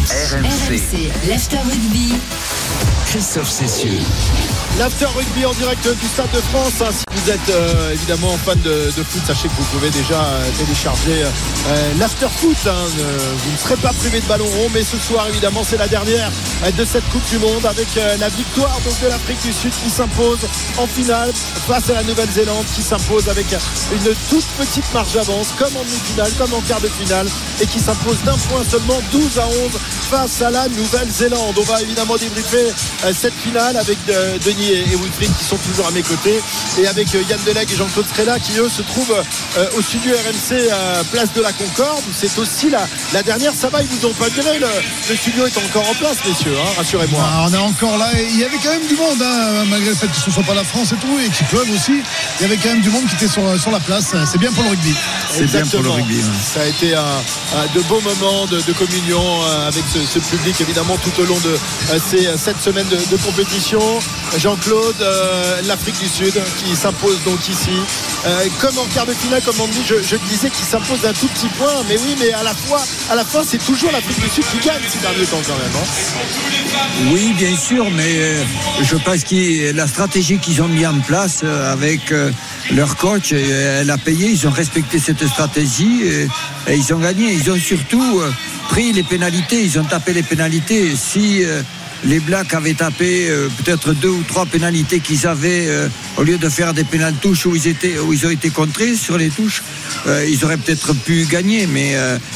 RMC, l'After Rugby. Christophe Cessieux. L'After Rugby en direct du Stade de France. Si vous êtes évidemment fan de foot, sachez que vous pouvez déjà télécharger l'After Foot. Vous ne serez pas privé de ballon rond, mais ce soir évidemment c'est la dernière de cette Coupe du Monde avec la victoire donc, de l'Afrique du Sud qui s'impose en finale face à la Nouvelle-Zélande, qui s'impose avec une toute petite marge d'avance comme en demi-finale, comme en quart de finale, et qui s'impose d'un point seulement, 12-11 face à la Nouvelle-Zélande. On va évidemment débriefer cette finale avec Denis et Wilfried qui sont toujours à mes côtés, et avec Yann Delegue et Jean-Claude Strella qui eux se trouvent au studio RMC place de la Concorde. C'est aussi la dernière. Ça va, ils vous ont pas viré, le studio est encore en place, messieurs, rassurez-moi. On est encore là, et il y avait quand même du monde, malgré le fait que ce ne soit pas la France et tout, et qu'il pleuve aussi. Il y avait quand même du monde qui était sur la place. C'est bien pour le rugby. C'est bien pour le rugby. Ça a été de beaux moments de communion avec ce public évidemment tout au long de ces 7 semaines de compétition. Jean-Claude, l'Afrique du Sud qui s'impose donc ici comme en quart de finale, comme on dit, je le disais, qui s'impose d'un tout petit point, mais oui, mais à la fin c'est toujours l'Afrique du Sud qui gagne ces derniers temps quand même, Oui, bien sûr, mais je pense que la stratégie qu'ils ont mis en place avec leur coach, elle a payé. Ils ont respecté cette stratégie et ils ont gagné. Ils ont surtout pris les pénalités, ils ont tapé les pénalités. Si les Blacks avaient tapé peut-être 2 ou 3 pénalités qu'ils avaient au lieu de faire des pénales touches où ils ont été contrés sur les touches, ils auraient peut-être pu gagner, mais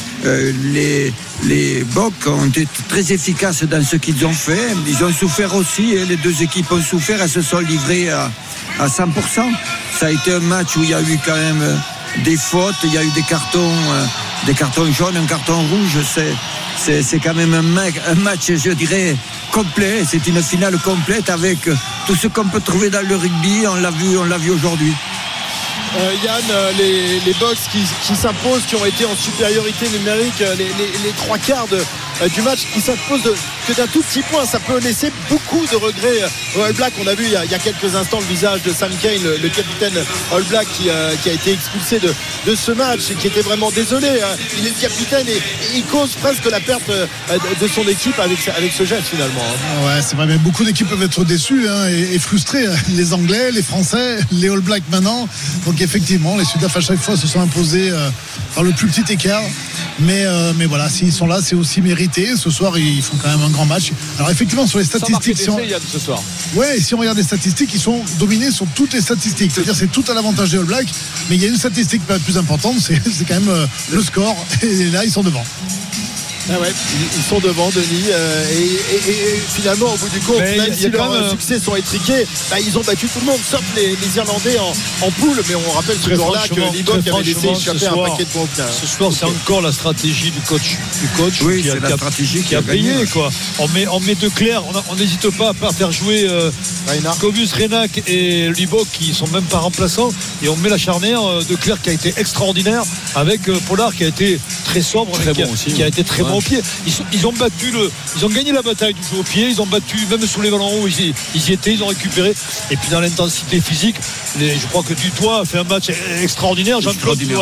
les Bocs ont été très efficaces dans ce qu'ils ont fait. Ils ont souffert aussi, et les deux équipes ont souffert. Elles se sont livrées à 100%. Ça a été un match où il y a eu quand même des fautes, il y a eu des cartons jaunes, un carton rouge. C'est quand même un match, je dirais, complet. C'est une finale complète avec tout ce qu'on peut trouver dans le rugby. On l'a vu aujourd'hui. Yann, les Box qui s'imposent, qui ont été en supériorité numérique les 3 quarts du match, qui s'imposent que d'un tout petit point. Ça peut laisser beaucoup de regrets au All Black. On a vu il y a quelques instants le visage de Sam Cane, le capitaine All Black qui a été expulsé de ce match et qui était vraiment désolé. Il est le capitaine et il cause presque la perte de son équipe avec ce geste finalement. Ouais, c'est vrai, mais beaucoup d'équipes peuvent être déçues et frustrées. Les Anglais, les Français, les All Blacks maintenant. Donc effectivement, les Sudaf à chaque fois se sont imposés par le plus petit écart. Mais voilà, s'ils sont là, c'est aussi mérité. Ce soir, ils font quand même un grand match. Alors effectivement, sur les statistiques, ce soir. Ouais, si on regarde les statistiques, ils sont dominés sur toutes les statistiques. C'est-à-dire c'est tout à l'avantage des All Blacks. Mais il y a une statistique pas plus importante, c'est quand même le score. Et là, ils sont devant. Ah ouais, ils sont devant, Denis, et finalement au bout du compte, même si leurs succès sont étriqués, ils ont battu tout le monde sauf les Irlandais en poule. Mais on rappelle ce jour-là que Liboc avait laissé échapper un paquet de points. Ce soir, c'est encore la stratégie du coach oui, c'est la stratégie qui a payé quoi. On met De Clerc, on n'hésite pas à faire jouer Cobus, Renac et Liboc qui sont même pas remplaçants, et on met la charnière De Clerc qui a été extraordinaire avec Pollard qui a été très sobre, qui a été très bon au pied. Ils ont gagné la bataille du jeu au pied. Ils ont battu même sur les ballons hauts, ils y étaient, ils ont récupéré. Et puis dans l'intensité physique, je crois que Dutoit a fait un match extraordinaire. Jean-Claude, tu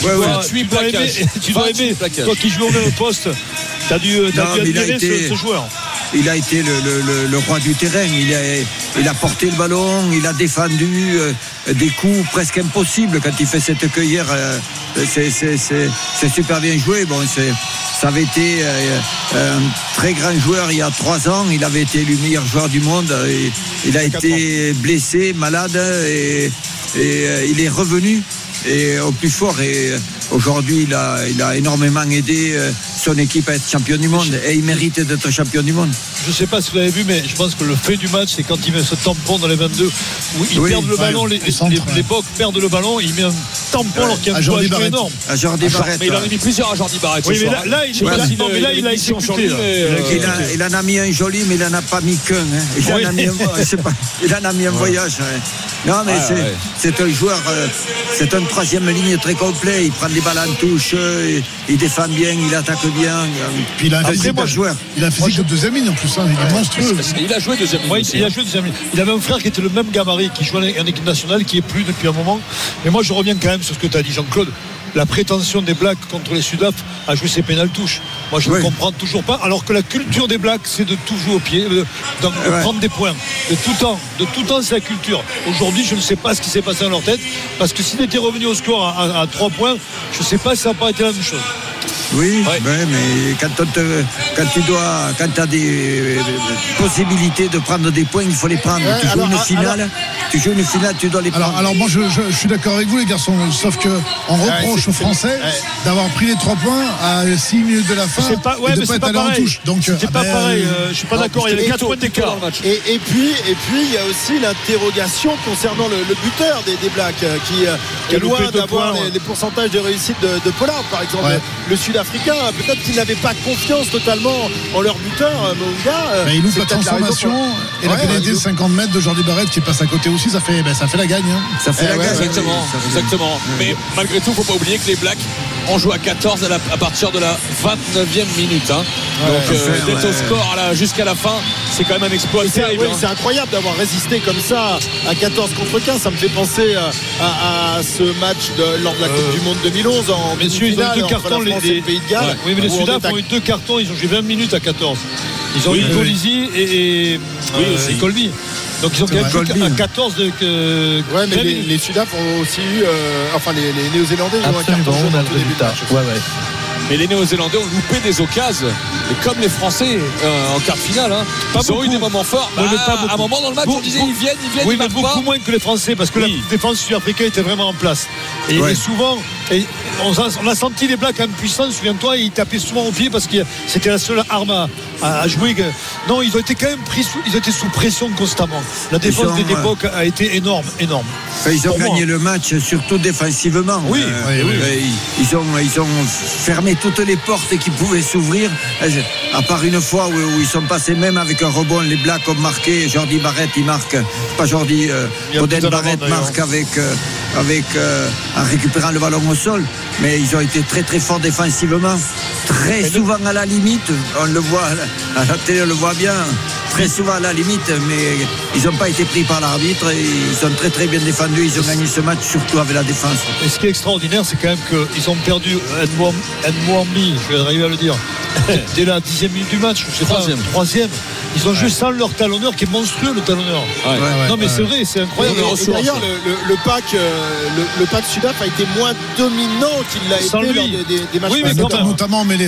dois aimer, toi qui joues au même poste, tu as dû admirer ce joueur. Il a été le roi du terrain. Il a porté le ballon, il a défendu des coups presque impossibles quand il fait cette cueillère. C'est super bien joué. Bon, ça avait été un très grand joueur il y a 3 ans. Il avait été élu meilleur joueur du monde. Il a été blessé, malade, et il est revenu et au plus fort. Et aujourd'hui, il a énormément aidé son équipe à être champion du monde, et il mérite d'être champion du monde. Je ne sais pas si vous l'avez vu, mais je pense que le fait du match, c'est quand il met ce tampon dans les 22 où ils perdent le ballon, les Bocs perdent le ballon, il met un tampon alors qu'il y a un joueur énorme. À Jordi Barrett. Mais il en a mis plusieurs à Jordi Barrett. Oui, mais là, il a exécuté. Il en a mis un joli, mais il n'en a pas mis qu'un. Il en a mis un voyage. Non, mais c'est un joueur, c'est un troisième ligne très complet. Il prend des balles en touche, il défend bien, il attaque bien. Puis il a un physique de deuxième ligne en plus. Il est monstrueux. Il a joué deuxième ligne. Il avait un frère qui était le même gabarit, qui jouait en équipe nationale, qui est plus depuis un moment. Mais moi, je reviens quand même sur ce que tu as dit, Jean-Claude. La prétention des Blacks contre les Sudaf à jouer ses pénales touches. Moi, je ne comprends toujours pas. Alors que la culture des Blacks, c'est de tout jouer au pied, de prendre des points. De tout temps, c'est la culture. Aujourd'hui, je ne sais pas ce qui s'est passé dans leur tête. Parce que s'ils étaient revenus au score à 3 points, je ne sais pas si ça n'a pas été la même chose. Oui, mais quand tu as des possibilités de prendre des points, il faut les prendre. Tu joues une finale, tu dois les prendre. Alors moi, je suis d'accord avec vous, les garçons, sauf qu'on reproche aux Français d'avoir pris les 3 points à 6 minutes de la fin et de ne pas être allé en touche. Donc, c'est pas pareil. Je ne suis pas d'accord. Il y a les 4 points d'écart dans le match. Et puis, il y a aussi l'interrogation concernant le buteur des Blacks qui est loin d'avoir les pourcentages de réussite de Pollard, par exemple. Le Sud-Africain, peut-être qu'ils n'avaient pas confiance totalement en leur buteur, Mounga. Il loupe la transformation et la pénalité de 50 mètres de Jordi Barrett qui passe à côté aussi, ça fait la gagne. Ça fait la gagne. Exactement. Mais malgré tout, il ne faut pas oublier que les Blacks ont joué à 14 à partir de la 29e minute. Donc d'être au score jusqu'à la fin, c'est quand même un exploit terrible. C'est incroyable d'avoir résisté comme ça à 14 contre 15. Ça me fait penser à ce match lors de la Coupe du Monde 2011 en messieurs, ils ont eu 2 cartons, les Pays de Galles. Oui, mais les Sudaf ont eu 2 cartons, ils ont joué 20 minutes à 14. Ils ont eu Colisi et Colby. Donc ils ont quand même à 14 de. Mais les Sudaf ont aussi eu. Les Néo-Zélandais ont un carton jaune au début de match. Mais les Néo-Zélandais ont loupé des occasions, et comme les Français en quart de finale, ils ont eu des moments forts. À un moment dans le match, on disait ils viennent. Oui, mais beaucoup moins que les Français, parce que la défense sud-africaine était vraiment en place. Et souvent, on a senti les Blacks impuissants, souviens-toi, ils tapaient souvent au pied parce que c'était la seule arme à jouer. Non, ils ont été quand même ils étaient sous pression constamment. La défense des époques a été énorme. Ils ont gagné le match, surtout défensivement. Ils ont fermé toutes les portes qui pouvaient s'ouvrir, à part une fois où ils sont passés même avec un rebond. Les Blacks ont marqué, Jordi Barrett il marque, pas Jordi, Oden Barrett marque en récupérant le ballon au sol, mais ils ont été très très forts défensivement, très souvent à la limite, on le voit à la télé, on le voit bien, très souvent à la limite, mais ils n'ont pas été pris par l'arbitre et ils ont très très bien défendu. Ils ont gagné ce match surtout avec la défense. Et ce qui est extraordinaire, c'est quand même qu'ils ont perdu Nwambi, je vais arriver à le dire, dès la 10e minute du match, je sais pas, 3e. Ils ont joué sans leur talonneur qui est monstrueux, le talonneur. Non mais c'est vrai, c'est incroyable. Et d'ailleurs, le pack Sudaf a été moins dominant qu'il l'a été lors des matchs. Oui, mais notamment en mêlée.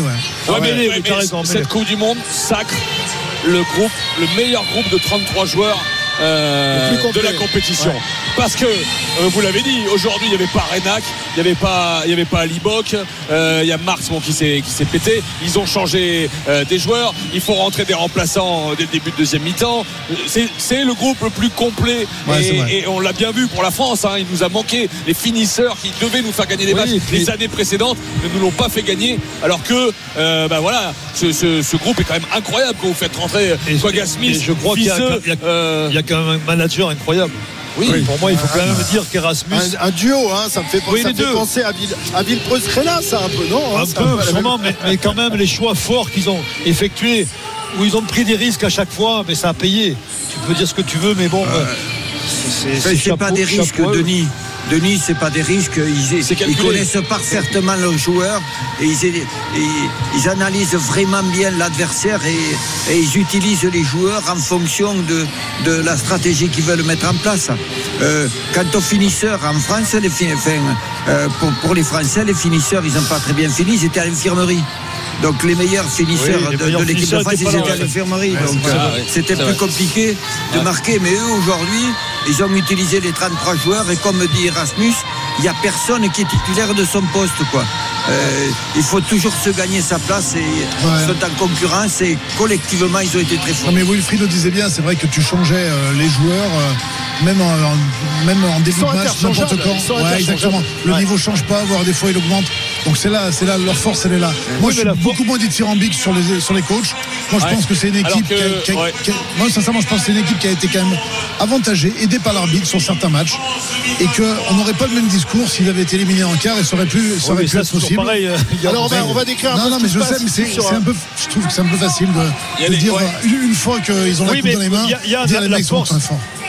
Cette Coupe du Monde sacre le meilleur groupe de 33 joueurs de la compétition. Parce que vous l'avez dit, aujourd'hui il n'y avait pas Renac, il n'y avait pas Libok, il y a Marx qui s'est pété. Ils ont changé des joueurs, il faut rentrer des remplaçants dès le début de deuxième mi-temps. C'est le groupe le plus complet et on l'a bien vu pour la France, il nous a manqué les finisseurs qui devaient nous faire gagner des matchs les années précédentes, ne nous l'ont pas fait gagner, alors que ce groupe est quand même incroyable quand vous faites rentrer Quagga Smith. Je crois qu'il y a quand même un manager incroyable. Oui, pour moi, il faut quand même dire qu'Erasmus. Un duo, ça me fait penser à Villepreux-Scrella, ça un peu, non? Un peu, sûrement, mais quand même, les choix forts qu'ils ont effectués, où ils ont pris des risques à chaque fois, mais ça a payé. Tu peux dire ce que tu veux, mais bon. C'est pas des risques, Denis, c'est pas des risques. Ils connaissent parfaitement leurs joueurs et ils analysent vraiment bien l'adversaire et ils utilisent les joueurs en fonction de la stratégie qu'ils veulent mettre en place. Quant aux finisseurs en France, pour les Français, les finisseurs, ils n'ont pas très bien fini, ils étaient à l'infirmerie. Donc les meilleurs finisseurs de l'équipe de France, ils étaient à l'infirmerie. Donc c'était plus compliqué de marquer. Mais eux, aujourd'hui, ils ont utilisé les 33 joueurs. Et comme dit Erasmus, il n'y a personne qui est titulaire de son poste, il faut toujours se gagner sa place et ils sont en concurrence et collectivement ils ont été très forts. Non, mais Wilfried le disait bien, c'est vrai que tu changeais les joueurs même en début de match, n'importe quand. Exactement. Le niveau change pas, voire des fois il augmente. Donc c'est là leur force, elle est là. Moi je suis beaucoup moins dithyrambique sur les coachs. Moi je pense que c'est une équipe moi sincèrement je pense que c'est une équipe qui a été quand même avantagée, aidée par l'arbitre sur certains matchs et qu'on n'aurait pas le même discours s'ils avaient été éliminés en quart et ça aurait pu être possible. Pareil, alors on va décrire un peu mais je sais, mais c'est un peu, je trouve que c'est un peu facile de dire une fois qu'ils ont la coupe dans les mains, dire les mecs sont très forts.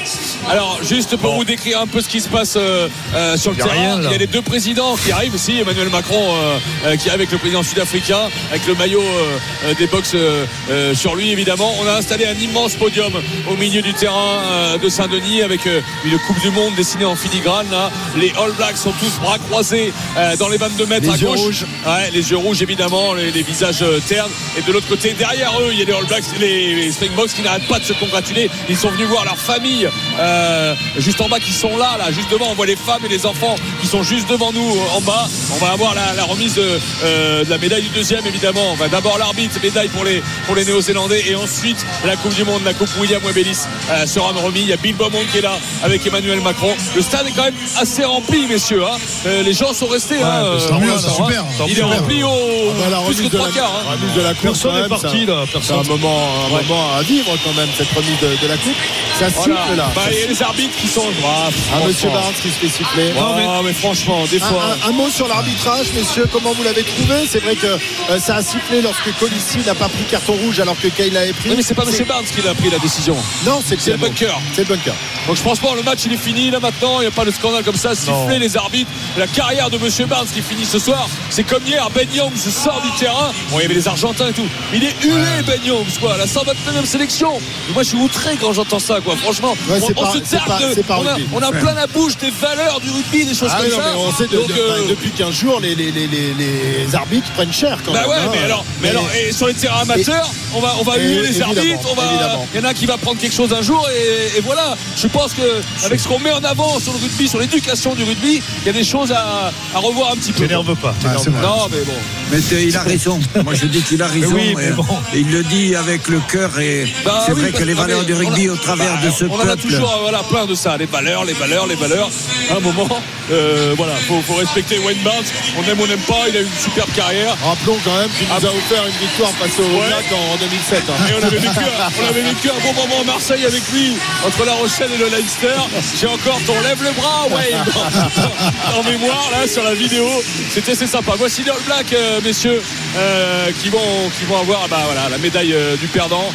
Alors juste pour vous décrire un peu ce qui se passe sur le terrain, il y a les deux présidents qui arrivent ici, Emmanuel Macron qui est avec le président sud-africain avec le maillot des Box sur lui évidemment. On a installé un immense podium au milieu du terrain de Saint-Denis avec une Coupe du Monde dessinée en filigrane là. Les All Blacks sont tous bras croisés dans les 22 mètres à gauche. Ouais, les yeux rouges évidemment, les visages ternes. Et de l'autre côté derrière eux il y a les All Blacks, les Springboks qui n'arrêtent pas de se congratuler. Ils sont venus voir leur famille juste en bas qui sont là juste devant. On voit les femmes et les enfants qui sont juste devant nous en bas. On va avoir la remise de la médaille du deuxième évidemment. On va d'abord l'arbitre, médaille pour les Néo-Zélandais et ensuite la Coupe du Monde, la Coupe William Webelis sera remise. Il y a Bill Beaumont qui est là avec Emmanuel Macron. Le stade est quand même assez rempli messieurs les gens sont restés super. Il est rempli au plus que 3 quarts la remise de la coupe, personne n'est parti là. C'est un moment à vivre quand même cette remise de la coupe. Ça siffle là. Il y a les arbitres qui sont monsieur Barnes qui se fait siffler. Mais franchement des fois un mot sur l'arbitrage messieurs, comment vous l'avez trouvé? C'est vrai que ça a sifflé lorsque Colissi n'a pas pris carton rouge alors que Kane l'avait pris. Oui, mais c'est pas monsieur Barnes qui a pris la décision. Non, c'est le bunker. C'est le bunker. Donc je pense pas, le match il est fini là maintenant, il n'y a pas de scandale comme ça, siffler les arbitres. La carrière de monsieur Barnes qui finit ce soir, c'est comme hier, Ben Youngs sort du terrain. Bon, il y avait les Argentins et tout. Il est hué Ben Youngs quoi, la 129e sélection. Moi je suis outré quand j'entends ça quoi, franchement. On a plein la bouche des valeurs du rugby, des choses comme ça. Mais on sait depuis 15 jours les arbitres prennent cher quand même. Mais alors, et sur les terrains amateurs, on va huer les arbitres, il y en a qui va prendre quelque chose un jour et voilà. Je pense qu'avec ce qu'on met en avant sur le rugby, sur l'éducation du rugby, il y a des choses à revoir un petit peu. T'énerve pas. Non mais bon. Mais il a raison. Moi je dis qu'il a raison. Et il le dit avec le cœur et c'est vrai que les valeurs du rugby au travers de ce peuple. On en a toujours plein de ça, les valeurs. À un moment, faut respecter Wayne Barnes. On aime, on n'aime pas. Il a eu une superbe carrière. Rappelons quand même qu'il nous a offert une victoire face au Black en 2007. Et on avait vécu un bon moment à Marseille avec lui entre La Rochelle et le Leinster. J'ai encore ton lève le bras Wayne en mémoire là sur la vidéo. C'est sympa. Voici les All Blacks messieurs qui vont avoir la médaille du perdant.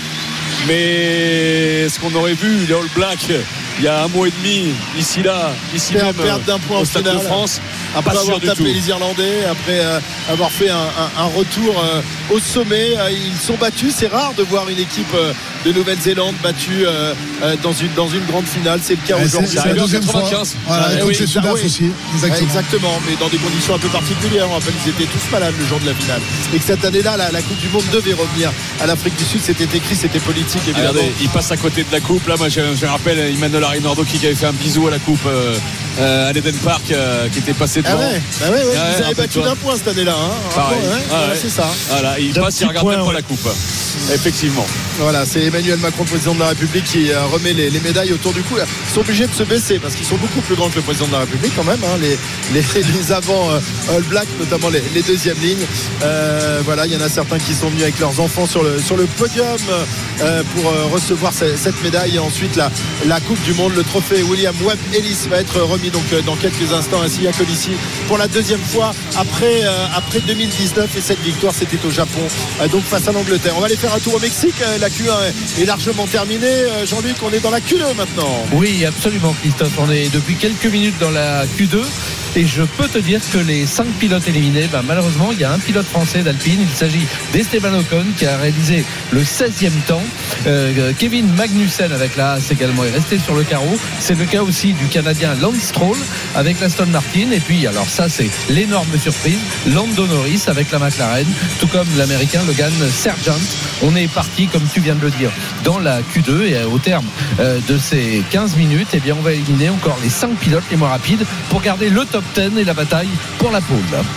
Mais ce qu'on aurait vu les All Blacks il y a un mois et demi ici même perdre d'un point au Stade de France, après avoir tapé les Irlandais, après avoir fait un retour au sommet. Ils sont battus. C'est rare de voir une équipe de Nouvelle-Zélande battue dans une grande finale. C'est le cas aujourd'hui. C'est la deuxième fois. Contre les Sudaf aussi. Exactement, mais dans des conditions un peu particulières. On rappelle qu'ils étaient tous malades le jour de la finale. Et que cette année-là, la Coupe du Monde devait revenir à l'Afrique du Sud. C'était écrit, c'était politique évidemment. Regardez, il passe à côté de la Coupe. Là, moi, je rappelle Emmanuel Rinaldo qui avait fait un bisou à la Coupe à l'Eden Park qui était passé devant. Vous avez battu d'un point cette année-là. C'est ça. Voilà, il passe, il regarde même pas la Coupe. Effectivement. Voilà, c'est Emmanuel Macron, président de la République, qui remet les médailles autour du cou. Ils sont obligés de se baisser parce qu'ils sont beaucoup plus grands que le président de la République quand même. Les avant All Blacks, notamment les deuxièmes lignes. Il y en a certains qui sont venus avec leurs enfants sur le podium pour recevoir cette médaille. Et ensuite la Coupe du Monde, le trophée William Webb Ellis va être remis donc dans quelques instants ainsi à Colissi pour la deuxième fois après 2019, et cette victoire c'était au Japon donc face à l'Angleterre. On va aller faire un tour au Mexique. La Q1 est largement terminée. Jean-Luc, on est dans la Q2 maintenant. Oui, absolument Christophe, on est depuis quelques minutes dans la Q2 et je peux te dire que les 5 pilotes éliminés, malheureusement il y a un pilote français d'Alpine, il s'agit d'Esteban Ocon qui a réalisé le 16e temps. Kevin Magnussen avec la Haas également est resté sur le carreau. C'est le cas aussi du Canadien Lance Stroll avec l'Aston Martin, et puis alors ça c'est l'énorme surprise, Lando Norris avec la McLaren, tout comme l'Américain Logan Sargent. On est parti, comme tu viens de le dire, dans la Q2 et au terme de ces 15 minutes, on va éliminer encore les 5 pilotes les moins rapides pour garder le top 10 et la bataille pour la pole.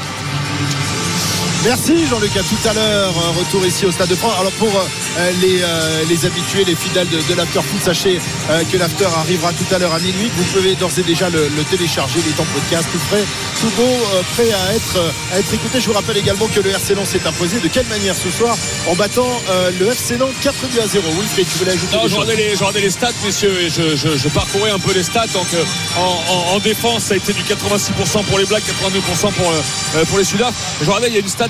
Merci Jean-Luc, à tout à l'heure. Retour ici au Stade de France. Alors pour les habitués, les fidèles de l'after-foot, sachez que l'after arrivera tout à l'heure à minuit. Vous pouvez d'ores et déjà le télécharger, il est en podcast, tout frais, tout beau, prêt à être écouté. Je vous rappelle également que le RC Lens s'est imposé. De quelle manière ce soir? En battant le FC Nantes 4-0. Wilfried, tu voulais ajouter? Non, je regardais les stats, messieurs, et je parcourais un peu les stats. Donc en défense, ça a été du 86% pour les Blacks, 82% pour les Sudaf. Je regardais, il y a une stat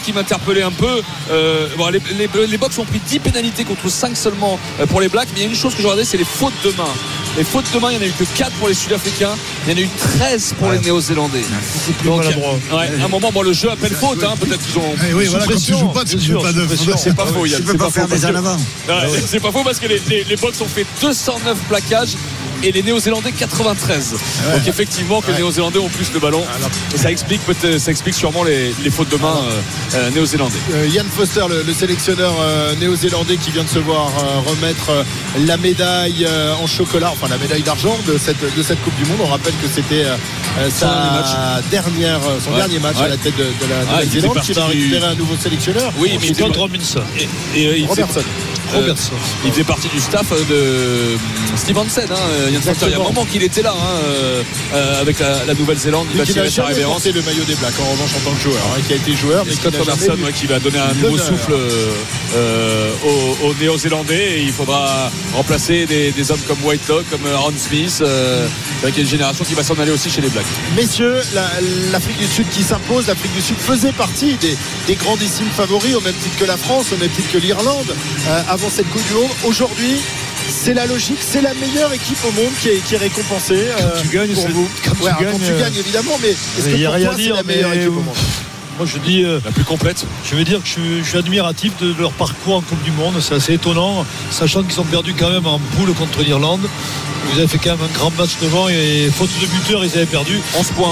qui m'interpellait un peu. Bon, les Box ont pris 10 pénalités contre 5 seulement pour les Blacks, mais il y a une chose que je regardais, c'est les fautes de main. Les fautes de main, il n'y en a eu que 4 pour les Sud-Africains, il y en a eu 13 pour les Néo-Zélandais. Donc, à un moment, bon, le jeu appelle faute, peut-être qu'ils ont. Oui, voilà, quand tu joues pas, tu joues pas de. C'est pas faux, tu peux pas faire des en avant. C'est pas faux parce que les Box ont fait 209 plaquages et les Néo-Zélandais 93. Donc effectivement que les Néo-Zélandais ont plus le ballon et ça explique sûrement les fautes de main néo-zélandais. Ian Foster, le sélectionneur néo-zélandais qui vient de se voir remettre la médaille en chocolat, enfin la médaille d'argent de cette Coupe du Monde. On rappelle que c'était son dernier match à la tête de la Nouvelle-Zélande, qui va récupérer un nouveau sélectionneur. Oui, mais il contre Robinson. Robertson. Il faisait partie du staff de Steve Hansen. Il y a un moment qu'il était là avec la Nouvelle-Zélande. Il va tirer sa révérence. C'est le maillot des Blacks en revanche en tant que joueur, qui a été joueur, mais Scott Robertson qui va donner un nouveau souffle aux Néo-Zélandais, et il faudra remplacer des hommes comme Whitelock, comme Aaron Smith, avec une génération qui va s'en aller aussi chez les Blacks. Messieurs, l'Afrique du Sud qui s'impose. L'Afrique du Sud faisait partie des grandissimes favoris, au même titre que la France, au même titre que l'Irlande avant cette Coupe du Monde. Aujourd'hui, c'est la logique, c'est la meilleure équipe au monde qui est récompensée. Quand tu gagnes, pour vous. Quand tu gagnes évidemment, mais est-ce que pour toi c'est la meilleure équipe au monde? Moi je dis la plus complète. Je veux dire que je suis admiratif de leur parcours en Coupe du Monde. C'est assez étonnant, sachant qu'ils ont perdu quand même en poule contre l'Irlande. Vous avez fait quand même un grand match devant, et faute de buteur, ils avaient perdu 11 points.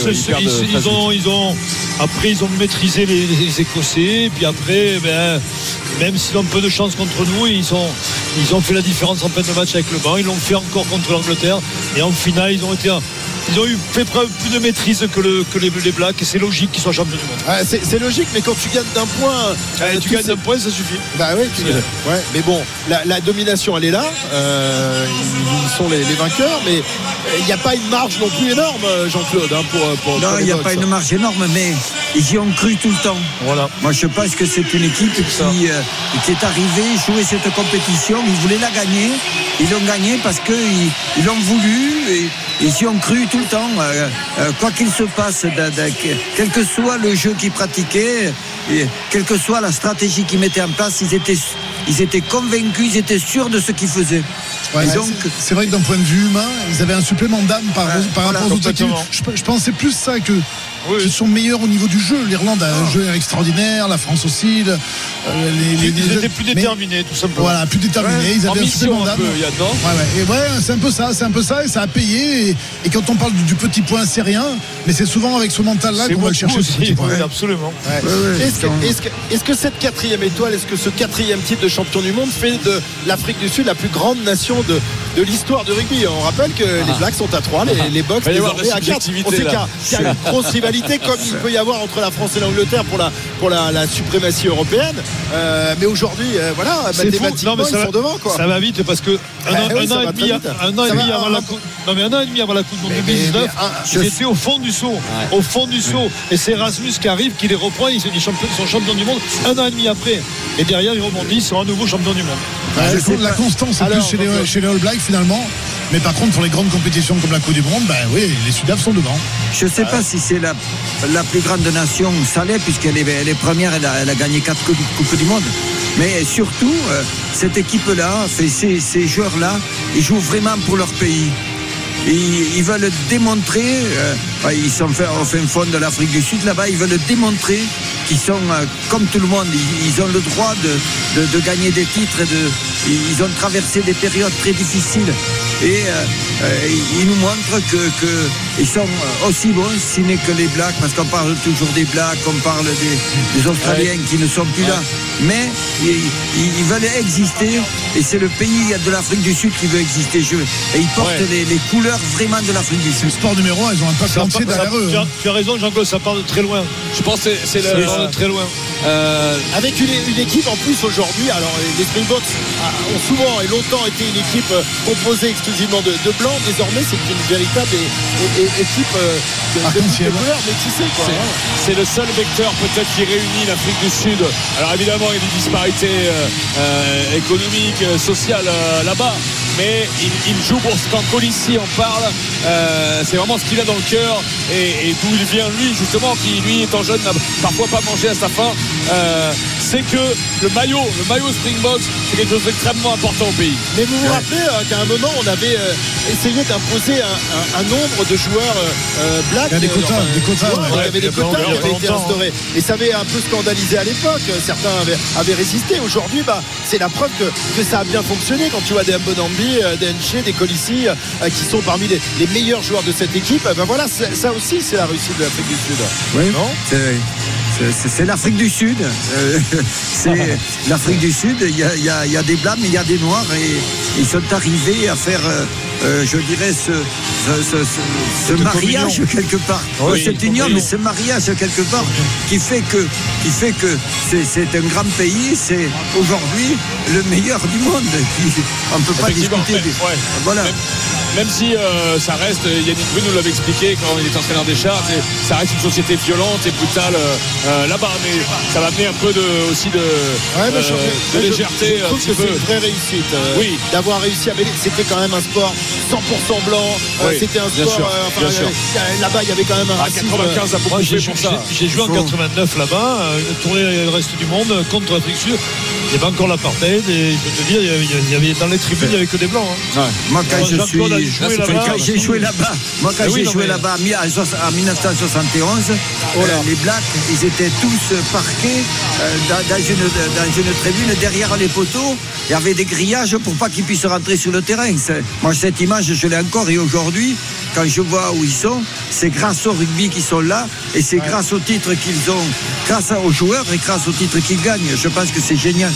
Après ils ont maîtrisé les Écossais, et puis après même s'ils ont peu de chance contre nous, ils ont fait la différence en fin de match avec le banc. Ils l'ont fait encore contre l'Angleterre, et en finale ils ont fait preuve plus de maîtrise que les Blacks, et c'est logique qu'ils soient champions du monde. C'est logique, mais quand tu gagnes d'un point, ça suffit. Bah oui, mais bon, la domination elle est là. Ils sont les vainqueurs, mais il n'y a pas une marge non plus énorme, Jean-Claude, pour non, il n'y a pas une marge énorme, mais ils y ont cru tout le temps. Voilà. Moi je pense que c'est une équipe qui est arrivée jouer cette compétition. Ils voulaient la gagner, ils l'ont gagnée parce qu'ils l'ont voulu, et ils y ont cru tout le temps, quoi qu'il se passe, quel que soit le jeu qu'ils pratiquaient, et quelle que soit la stratégie qu'ils mettaient en place, ils étaient convaincus, ils étaient sûrs de ce qu'ils faisaient. Ouais, donc, c'est vrai que d'un point de vue humain, ils avaient un supplément d'âme par rapport aux autres équipes. Je pensais plus ça qu'ils sont meilleurs au niveau du jeu. L'Irlande a un jeu extraordinaire, la France aussi. Ils étaient plus déterminés, tout simplement. Voilà, plus déterminés. Ils avaient un supplément d'âme. C'est un peu ça, et ça a payé. Et quand on parle du petit point, c'est rien, mais c'est souvent avec ce mental-là qu'on va le chercher. Absolument. Est-ce que cette 4e étoile, est-ce que ce 4e titre de champion du monde fait de l'Afrique du Sud la plus grande nation de l'histoire du rugby? On rappelle que les Blacks sont à 3, les Box désormais à 4. On sait qu'il y a une grosse rivalité, comme il peut y avoir entre la France et l'Angleterre pour la suprématie européenne. Mais aujourd'hui, mathématiquement, ils sont devant, quoi. Ça va vite parce que un an et demi avant la Coupe du Monde 2019, ils étaient au fond du saut. Au fond du saut. Et c'est Erasmus qui arrive, qui les reprend. Ils sont champions du monde un an et demi après. Et derrière, ils rebondissent, ils sont à nouveau champions du monde. La constance, c'est plus chez les All Blacks finalement. Mais par contre, pour les grandes compétitions comme la Coupe du Monde, les Sudaf sont devant. Je ne sais pas si c'est la plus grande nation, ça l'est, puisqu'elle est première, elle a gagné 4 Coupes du Monde. Mais surtout, cette équipe-là, ces joueurs-là, ils jouent vraiment pour leur pays. Ils veulent démontrer, ils sont au fin fond de l'Afrique du Sud, là-bas, ils veulent démontrer qu'ils sont comme tout le monde. Ils ont le droit de gagner des titres. Ils ont traversé des périodes très difficiles. Et ils nous montrent qu'ils sont aussi bons, si n'est que les Blacks, parce qu'on parle toujours des Blacks, on parle des Australiens qui ne sont plus là. Mais ils veulent exister, et c'est le pays de l'Afrique du Sud qui veut exister. Et ils portent les couleurs vraiment de l'Afrique du Sud. Le sport numéro 1, ils ont un papier entier derrière eux. Tu as raison, Jean-Claude, ça part de très loin. Je pense que c'est de très loin. Avec une équipe en plus aujourd'hui, alors les Springboks ont souvent et longtemps été une équipe composée exclusivement de blancs. Désormais, c'est une véritable équipe de couleurs métissées. C'est le seul vecteur peut-être qui réunit l'Afrique du Sud. Alors évidemment, il y a des disparités économiques, sociales là-bas, mais il joue pour ce quand Colissi en parle. C'est vraiment ce qu'il a dans le cœur et d'où il vient lui justement, qui lui étant jeune n'a parfois pas mangé à sa faim. C'est que le maillot Springboks, c'est quelque chose d'extrêmement important au pays. Mais vous vous rappelez qu'à un moment on avait essayé d'imposer un nombre de joueurs blacks. Il y a des quotas. Il y avait des quotas qui avaient été instaurés. Et ça avait un peu scandalisé à l'époque. Certains avaient résisté. Aujourd'hui, c'est la preuve que ça a bien fonctionné quand tu vois des Mbonambi, des Nché, des Colissi qui sont parmi les meilleurs joueurs de cette équipe. Voilà, ça aussi c'est la réussite de l'Afrique du Sud. Oui, non c'est l'Afrique du Sud. C'est l'Afrique du Sud. Il y a des blancs, mais il y a des noirs, et ils sont arrivés à faire, je dirais, ce mariage quelque part. Oui, cette union, mais ce mariage quelque part qui fait que c'est un grand pays. C'est aujourd'hui le meilleur du monde. On ne peut pas discuter. Voilà. Même si ça reste, Yannick Brune nous l'avait expliqué quand il était entraîneur des Sharks, ça reste une société violente et brutale là-bas, mais ça va amener un peu aussi de légèreté. Je trouve que c'est une vraie réussite d'avoir réussi à mêler. C'était quand même un sport 100% blanc. C'était un sport. Là-bas, il y avait quand même un racisme. 95 a beaucoup fait pour ça. J'ai joué en 89 là-bas, tourné le reste du monde contre l'Afrique du Sud. Il y avait encore l'apartheid, et je peux te dire, il y avait dans les tribunes, il n'y avait que des blancs. Moi, quand j'ai joué là-bas, en 1971, les blacks, ils étaient tous parqués dans une tribune derrière les poteaux. Il y avait des grillages pour pas qu'ils puissent rentrer sur le terrain. Moi, cette image, je l'ai encore, et aujourd'hui, quand je vois où ils sont, c'est grâce au rugby qu'ils sont là, et c'est grâce au titre qu'ils ont, grâce aux joueurs et grâce au titre qu'ils gagnent. Je pense que c'est génial.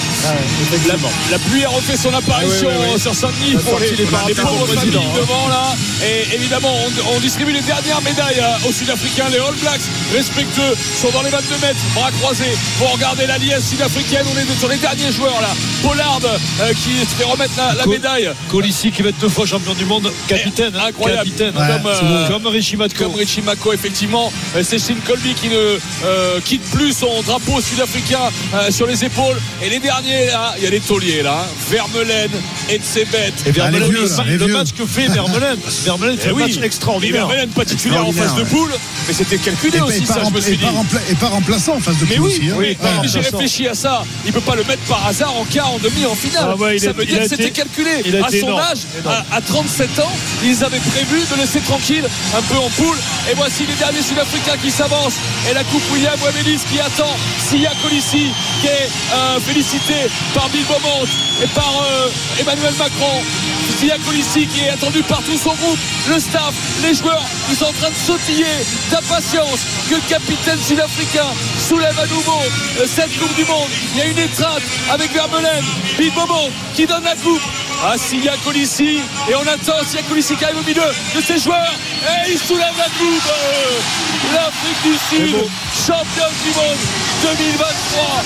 La pluie a refait son apparition sur Saint-Denis pour les pauvres familles devant là. Et évidemment, on distribue les dernières médailles aux Sud-Africains. Les All Blacks, respectueux, sont dans les 22 mètres, bras croisés, pour regarder la liesse sud-africaine. On est sur les derniers joueurs là. Pollard qui se fait remettre la médaille. Colissi qui va être 2 fois champion du monde, capitaine. Incroyable. Capitaine. Comme Richie Matko. Effectivement. C'est Sean Colby qui ne quitte plus son drapeau sudafricain sur les épaules. Et les derniers là, il y a les tauliers là, Vermeulen et Tsebet. Et Vermeulen, le match que fait Vermeulen. Vermeulen fait un match extraordinaire. Vermeulen pas titulaire en phase de poule, mais c'était calculé aussi, ça je me suis dit. Et pas remplaçant en phase de poule aussi. Mais j'ai réfléchi à ça. Il peut pas le mettre par hasard en quart, en demi, en finale. Ça veut dire que c'était calculé. À son âge, à 37 ans, ils avaient prévu de laisser tranquille un peu en poule. Et voici les derniers Sud-Africains qui s'avancent. Et la coupe William Webelis qui attend Siya Kolisi, qui est félicité par Bill Beaumont et par Emmanuel Macron. Siya Kolisi qui est attendu par tout son groupe, le staff, les joueurs. Ils sont en train de sautiller d'impatience que le capitaine sud-africain soulève à nouveau cette Coupe du Monde. Il y a une étreinte avec Vermeulen, Bill Beaumont qui donne la coupe à Siya Kolisi, et on attend Siya Kolisi qui arrive au milieu de ses joueurs, et il soulève la coupe. L'Afrique du Sud, championne du monde 2023,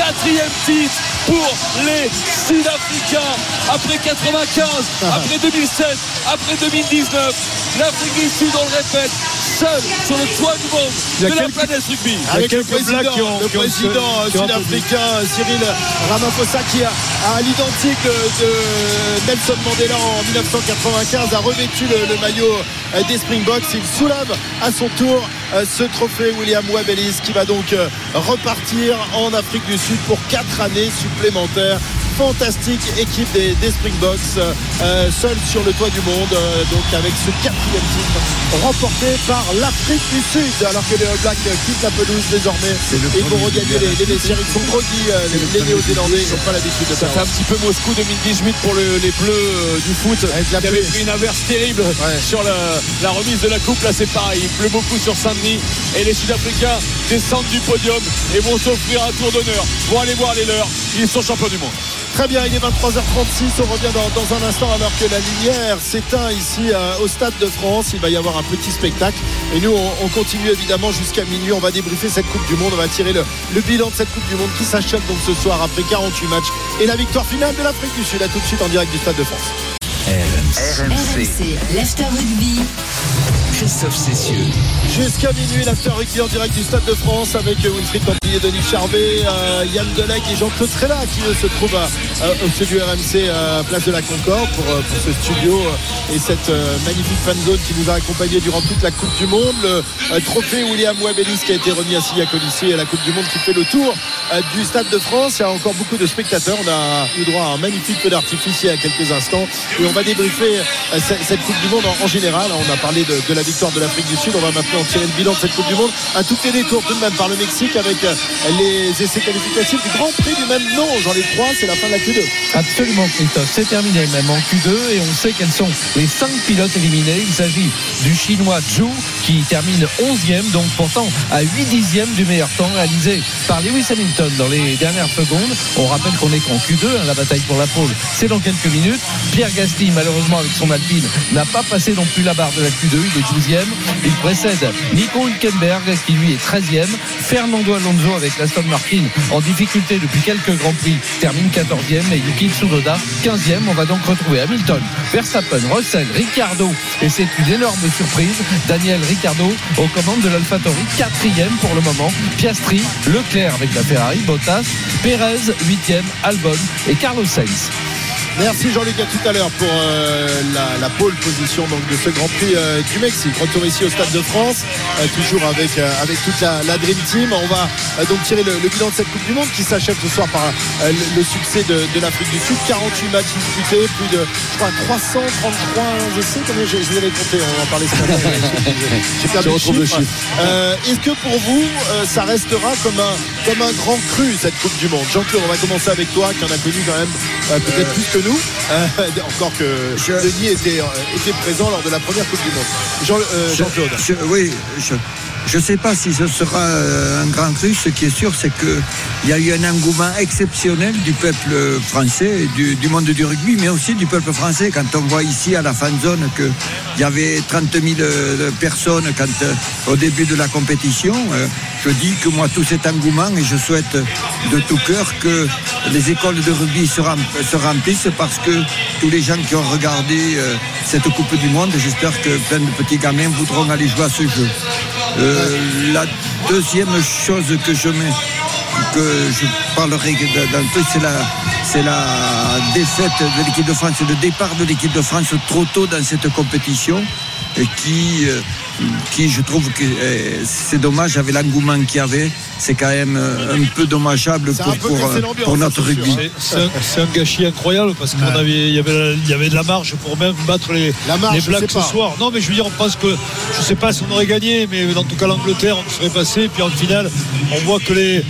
4e titre pour les Sud-Africains. Après 95, après 2007, après 2019, l'Afrique du Sud, on le répète, seul sur le toit du monde de la planète rugby. Avec le président sud-africain Cyril Ramaphosa, qui à l'identique de Nelson Mandela en 1995 a revêtu le maillot des Springboks. Il soulève à son tour ce trophée William Webelis, qui va donc repartir en Afrique du Sud pour 4 années supplémentaires. Fantastique équipe des Springboks, seule sur le toit du monde, donc avec ce 4e titre remporté par l'Afrique du Sud, alors que les All Blacks quittent la pelouse désormais et vont regagner les vestiaires. Ils sont groggy, les Néo-Zélandais, ils n'ont pas l'habitude de ça. Ça fait un petit peu Moscou 2018 pour les Bleus du foot, qui avaient pris une averse terrible sur la remise de la coupe. Là c'est pareil, il pleut beaucoup sur Saint-Denis, et les Sud-Africains descendent du podium et vont s'offrir un tour d'honneur. Vont aller voir les leurs, ils sont champions du monde. Très bien, il est 23h36, on revient dans un instant alors que la lumière s'éteint ici au Stade de France. Il va y avoir un petit spectacle et nous on continue évidemment jusqu'à minuit. On va débriefer cette Coupe du Monde, on va tirer le bilan de cette Coupe du Monde qui s'achève donc ce soir après 48 matchs et la victoire finale de l'Afrique du Sud. À tout de suite en direct du Stade de France. RMC, l'After Rugby. Christophe Cessieux. Jusqu'à minuit, l'after rugby en direct du Stade de France avec Wilfried Templier, Denis Charvet, Yann Delec et Jean Claude Trella qui se trouvent au studio RMC place de la Concorde pour ce studio et cette magnifique fan zone qui nous a accompagnés durant toute la Coupe du Monde. Le trophée William Webb Ellis qui a été remis à Silla Colisée et la Coupe du Monde qui fait le tour du Stade de France. Il y a encore beaucoup de spectateurs. On a eu droit à un magnifique feu d'artifice il y a quelques instants et on va débriefer cette Coupe du Monde en général. On a parlé de la victoire de l'Afrique du Sud. On va maintenant tirer le bilan de cette Coupe du Monde. Un tout petit détour tout de même par le Mexique avec les essais qualificatifs du Grand Prix du même nom. J'en ai 3, c'est la fin de la Q2. Absolument, Christophe, c'est terminé même en Q2 et on sait quels sont les 5 pilotes éliminés. Il s'agit du Chinois Zhou qui termine 11e, donc pourtant à 8 dixièmes du meilleur temps réalisé par Lewis Hamilton dans les dernières secondes. On rappelle qu'on est qu'en Q2, la bataille pour la pole c'est dans quelques minutes. Pierre Gasly malheureusement avec son Alpine n'a pas passé non plus la barre de la Q2, il est 12e. Il précède Nico Hülkenberg qui lui est 13e. Fernando Alonso avec l'Aston Martin en difficulté depuis quelques Grands Prix termine 14e et Yuki Tsunoda 15e. On va donc retrouver Hamilton, Verstappen, Russell, Ricciardo et c'est une énorme surprise, Daniel Ricciardo aux commandes de l'AlphaTauri 4e pour le moment. Piastri, Leclerc avec la Ferrari, Bottas, Perez 8e, Albon et Carlos Sainz. Merci Jean-Luc, à tout à l'heure pour la pole position donc, de ce Grand Prix du Mexique. Retour ici au Stade de France, toujours avec toute la Dream Team. On va donc tirer le bilan de cette Coupe du Monde qui s'achève ce soir par le succès de l'Afrique du Sud. 48 matchs disputés, plus de je crois 333 essais. Combien je les avais comptés, on va en parler ce matin. J'ai perdu le chiffre. Est-ce que pour vous ça restera comme un grand cru cette Coupe du Monde? Jean-Claude, on va commencer avec toi qui en a connu quand même peut-être plus que nous, encore que Denis était présent lors de la première Coupe du Monde. Jean-Claude. Je ne sais pas si ce sera un grand cru. Ce qui est sûr, c'est qu'il y a eu un engouement exceptionnel du peuple français, du monde du rugby, mais aussi du peuple français. Quand on voit ici à la fan zone qu'il y avait 30 000 personnes au début de la compétition, je dis que moi, tout cet engouement, et je souhaite de tout cœur que les écoles de rugby se remplissent parce que tous les gens qui ont regardé cette Coupe du Monde, j'espère que plein de petits gamins voudront aller jouer à ce jeu. La deuxième chose que je parlerai d'un peu, c'est la défaite de l'équipe de France, c'est le départ de l'équipe de France trop tôt dans cette compétition qui je trouve que c'est dommage avec l'engouement qu'il y avait. C'est quand même un peu dommageable pour notre rugby. C'est un gâchis incroyable parce qu'il y avait de la marge pour même battre les Blacks ce soir. Non, mais je veux dire, on pense que je ne sais pas si on aurait gagné, mais en tout cas l'Angleterre on serait passé. Puis en finale, on voit que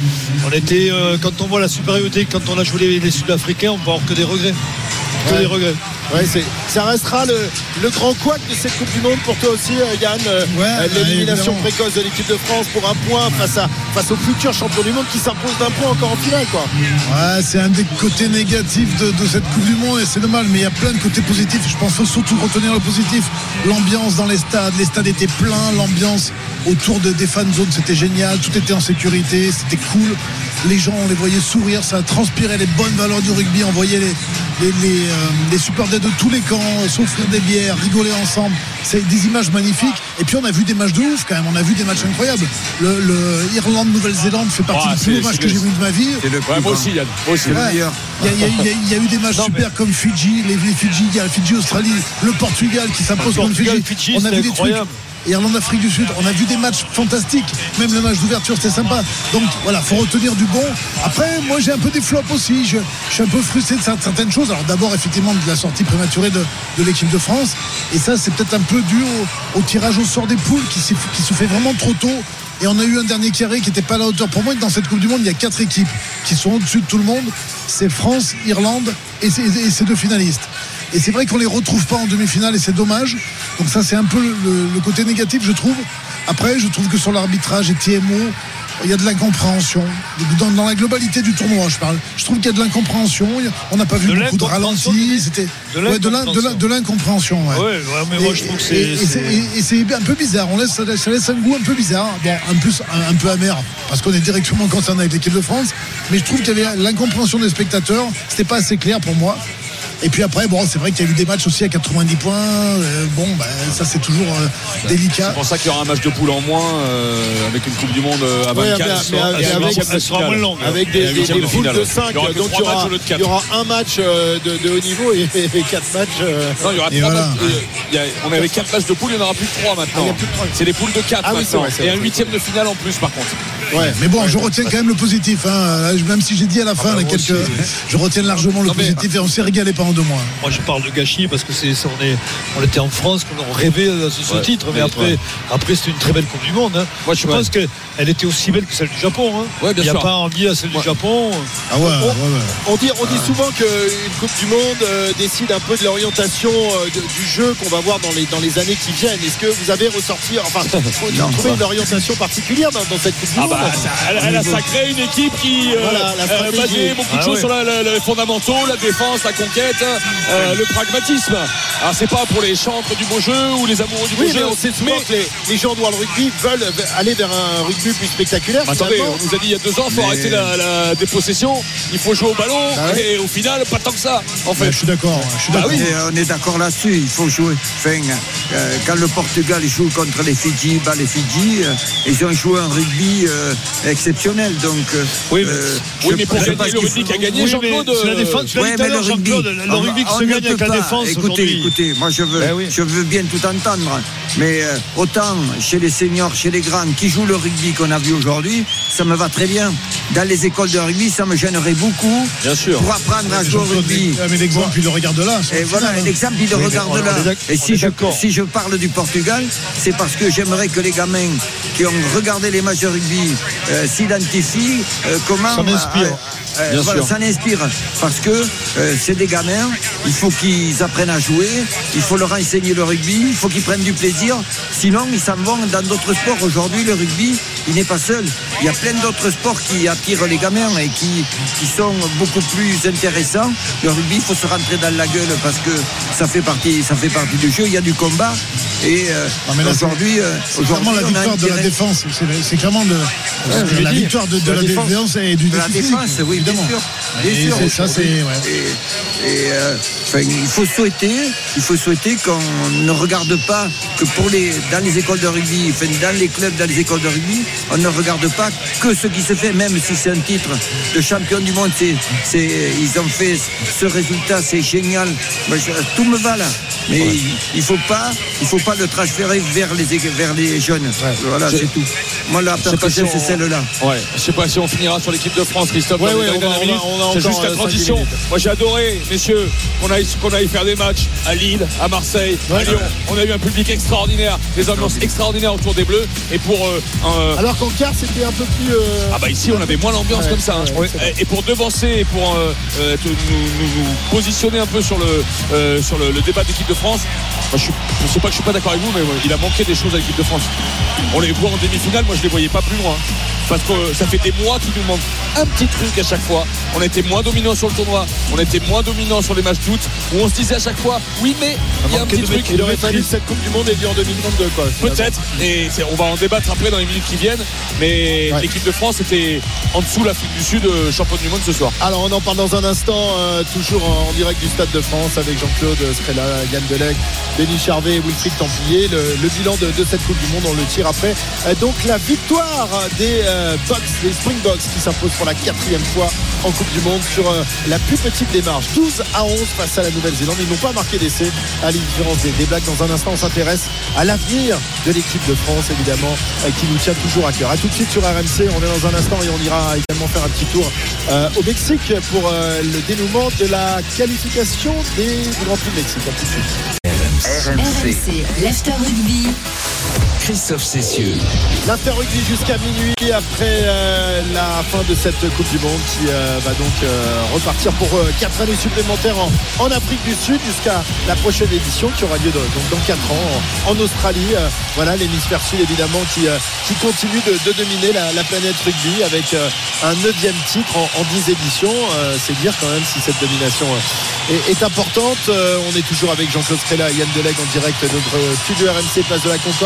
quand on voit la supériorité, quand on a joué les Sud-Africains, on peut avoir que des regrets. Des regrets. Ouais, ça restera le grand couac de cette Coupe du Monde pour toi aussi, Yann. L'élimination précoce de l'équipe de France pour un point face au futur champion du monde qui s'impose d'un point encore en finale, quoi. Ouais, c'est un des côtés négatifs de cette Coupe du Monde et c'est normal, mais il y a plein de côtés positifs. Je pense qu'il faut surtout retenir le positif. L'ambiance dans les stades étaient pleins, l'ambiance autour des fan zones, c'était génial, tout était en sécurité, c'était cool. Les gens, on les voyait sourire, ça transpirait les bonnes valeurs du rugby. On voyait les supporters de tous les camps s'offrir des bières, rigoler ensemble. C'est des images magnifiques. Et puis on a vu des matchs de ouf quand même. On a vu des matchs incroyables. Le Irlande-Nouvelle-Zélande fait partie des plus beaux matchs que j'ai vus de ma vie. Moi aussi, Yann. Moi aussi. Il y a eu des matchs super comme Fidji, les Fidji, il y a Fidji-Australie, le Portugal qui s'impose comme Fidji. On a vu des trucs. Irlande-Afrique du Sud, on a vu des matchs fantastiques, même le match d'ouverture c'était sympa, donc voilà, faut retenir du bon. Après moi j'ai un peu des flops aussi, je suis un peu frustré de certaines choses. Alors d'abord effectivement de la sortie prématurée de l'équipe de France, et ça c'est peut-être un peu dû au tirage au sort des poules qui se fait vraiment trop tôt. Et on a eu un dernier carré qui n'était pas à la hauteur. Pour moi, dans cette Coupe du Monde, il y a 4 équipes qui sont au-dessus de tout le monde. C'est France, Irlande et ces 2 finalistes. Et c'est vrai qu'on ne les retrouve pas en demi-finale et c'est dommage. Donc ça, c'est un peu le côté négatif, je trouve. Après, je trouve que sur l'arbitrage et TMO, il y a de l'incompréhension. Dans la globalité du tournoi, je parle. Je trouve qu'il y a de l'incompréhension. On n'a pas vu beaucoup de ralentis. De l'incompréhension. Ouais, mais moi je trouve que et c'est un peu bizarre. Ça laisse un goût un peu bizarre. Bon, en plus, un peu amer, parce qu'on est directement concerné avec l'équipe de France. Mais je trouve qu'il y avait l'incompréhension des spectateurs. C'était pas assez clair pour moi. Et puis après, bon, c'est vrai qu'il y a eu des matchs aussi à 90 points. Ça c'est toujours délicat. C'est pour ça qu'il y aura un match de poule en moins avec une Coupe du Monde à 24. Avec des poules de 5. Donc il y aura un match de haut niveau et 4 matchs. Non, il y aura 3 matchs. On avait 4 matchs de poule, il n'y en aura plus que 3 maintenant. C'est des poules de 4 maintenant. Et un 8e de finale en plus par contre. Ouais, mais bon, je retiens quand même le positif. Même si j'ai dit à la fin je retiens largement le positif et on s'est régalé pendant 2 mois. Moi, je parle de gâchis parce que on était en France, qu'on rêvait de ce titre, mais après c'était une très belle Coupe du Monde. Moi, je pense qu'elle était aussi belle que celle du Japon. Il n'y a pas envie à celle du Japon. On dit souvent qu'une Coupe du Monde décide un peu de l'orientation du jeu qu'on va voir dans les années qui viennent. Est-ce que vous avez ressorti, trouvé une orientation particulière dans cette Coupe du Monde? Elle a sacré une équipe qui basait beaucoup de choses sur les fondamentaux, la défense, la conquête, le pragmatisme. Alors c'est pas pour les chantres du beau jeu ou les amoureux du beau jeu. On sait souvent que les gens de World Rugby veulent aller vers un rugby plus spectaculaire. Attendez, on nous a dit il y a 2 ans, il faut arrêter la dépossession, il faut jouer au ballon et au final pas tant que ça en fait. Je suis d'accord. On est d'accord là-dessus, il faut jouer. Quand le Portugal joue contre les Fidji, ils ont joué un rugby exceptionnel. Donc, mais pour gagner le rugby qui a gagné, Jean-Claude. C'est la défense. Le rugby qui se gagne avec la défense. Écoutez, moi je veux bien tout entendre. Mais autant chez les seniors, chez les grands qui jouent le rugby qu'on a vu aujourd'hui, ça me va très bien. Dans les écoles de rugby, ça me gênerait beaucoup. Bien sûr. Pour apprendre à jouer au rugby. Mais l'exemple, il le regarde là. Et voilà, l'exemple, il le regarde là. Et si je parle du Portugal, c'est parce que j'aimerais que les gamins qui ont regardé les matchs de rugby s'identifient comment. Ça m'inspire. Ça m'inspire parce que c'est des gamins, il faut qu'ils apprennent à jouer, il faut leur enseigner le rugby, il faut qu'ils prennent du plaisir, sinon ils s'en vont dans d'autres sports. Aujourd'hui le rugby il n'est pas seul, il y a plein d'autres sports qui attirent les gamins et qui sont beaucoup plus intéressants. Le rugby il faut se rentrer dans la gueule parce que ça fait partie du jeu, il y a du combat et aujourd'hui c'est clairement la victoire de la défense, c'est clairement la victoire de la défense et du défi. Oui, évidemment. Bien sûr. Ça, c'est. Il faut souhaiter qu'on ne regarde pas que dans les écoles de rugby, dans les clubs, dans les écoles de rugby, on ne regarde pas que ce qui se fait, même si c'est un titre de champion du monde. Ils ont fait ce résultat, c'est génial. Tout me va là. Mais il faut pas le transférer vers les jeunes. Voilà, c'est tout. Moi, la perception, c'est celle-là. Je sais pas si on finira sur l'équipe de France, Christophe. C'est juste la transition. Moi j'ai adoré, messieurs, qu'on aille faire des matchs à Lille, à Marseille, à Lyon. On a eu un public extraordinaire, des ambiances extraordinaires autour des Bleus. Et pour alors qu'en quart c'était un peu plus. Ici on avait moins l'ambiance comme ça. Et pour devancer et pour nous positionner un peu sur le débat d'équipe de France. Moi, je sais pas que je suis pas d'accord avec vous, mais il a manqué des choses à l'équipe de France. On les voit en demi-finale, moi je les voyais pas plus loin. Parce que ça fait des mois qu'il nous manque un petit truc à chaque fois. On était moins dominant sur le tournoi, on était moins dominant sur les matchs d'août, où on se disait à chaque fois, oui mais il y a un petit truc. Il aurait fallu cette Coupe du Monde et en 2022 quoi. Peut-être, et on va en débattre après dans les minutes qui viennent, mais l'équipe de France était en dessous l'Afrique du Sud, championne du monde ce soir. Alors on en parle dans un instant, toujours en direct du Stade de France avec Jean-Claude Scrella, Yann Delec, Denis Charvet et Wilfried Templier. Le bilan de cette Coupe du Monde, on le tire après. Donc la victoire des des Springboks qui s'imposent pour la 4e fois en Coupe du Monde sur la plus petite démarche, 12-11 face à la Nouvelle-Zélande. Ils n'ont pas marqué d'essai à la différence des Blacks. Dans un instant on s'intéresse à l'avenir de l'équipe de France évidemment, qui nous tient toujours à cœur. A tout de suite sur RMC, on est dans un instant et on ira également faire un petit tour au Mexique pour le dénouement de la qualification du Grand Prix de Mexique. A tout de suite. RMC, l'After Rugby. Christophe Cessieux. L'After Rugby jusqu'à minuit après la fin de cette Coupe du Monde qui va donc repartir pour 4 années supplémentaires en Afrique du Sud jusqu'à la prochaine édition qui aura lieu donc dans 4 ans en Australie. Voilà l'hémisphère sud évidemment qui continue de dominer la planète rugby avec un 9e titre en 10 éditions. C'est dire quand même si cette domination est importante. On est toujours avec Jean-Claude Scrella et Yann Delec en direct de notre studio RMC Place de la Concorde avec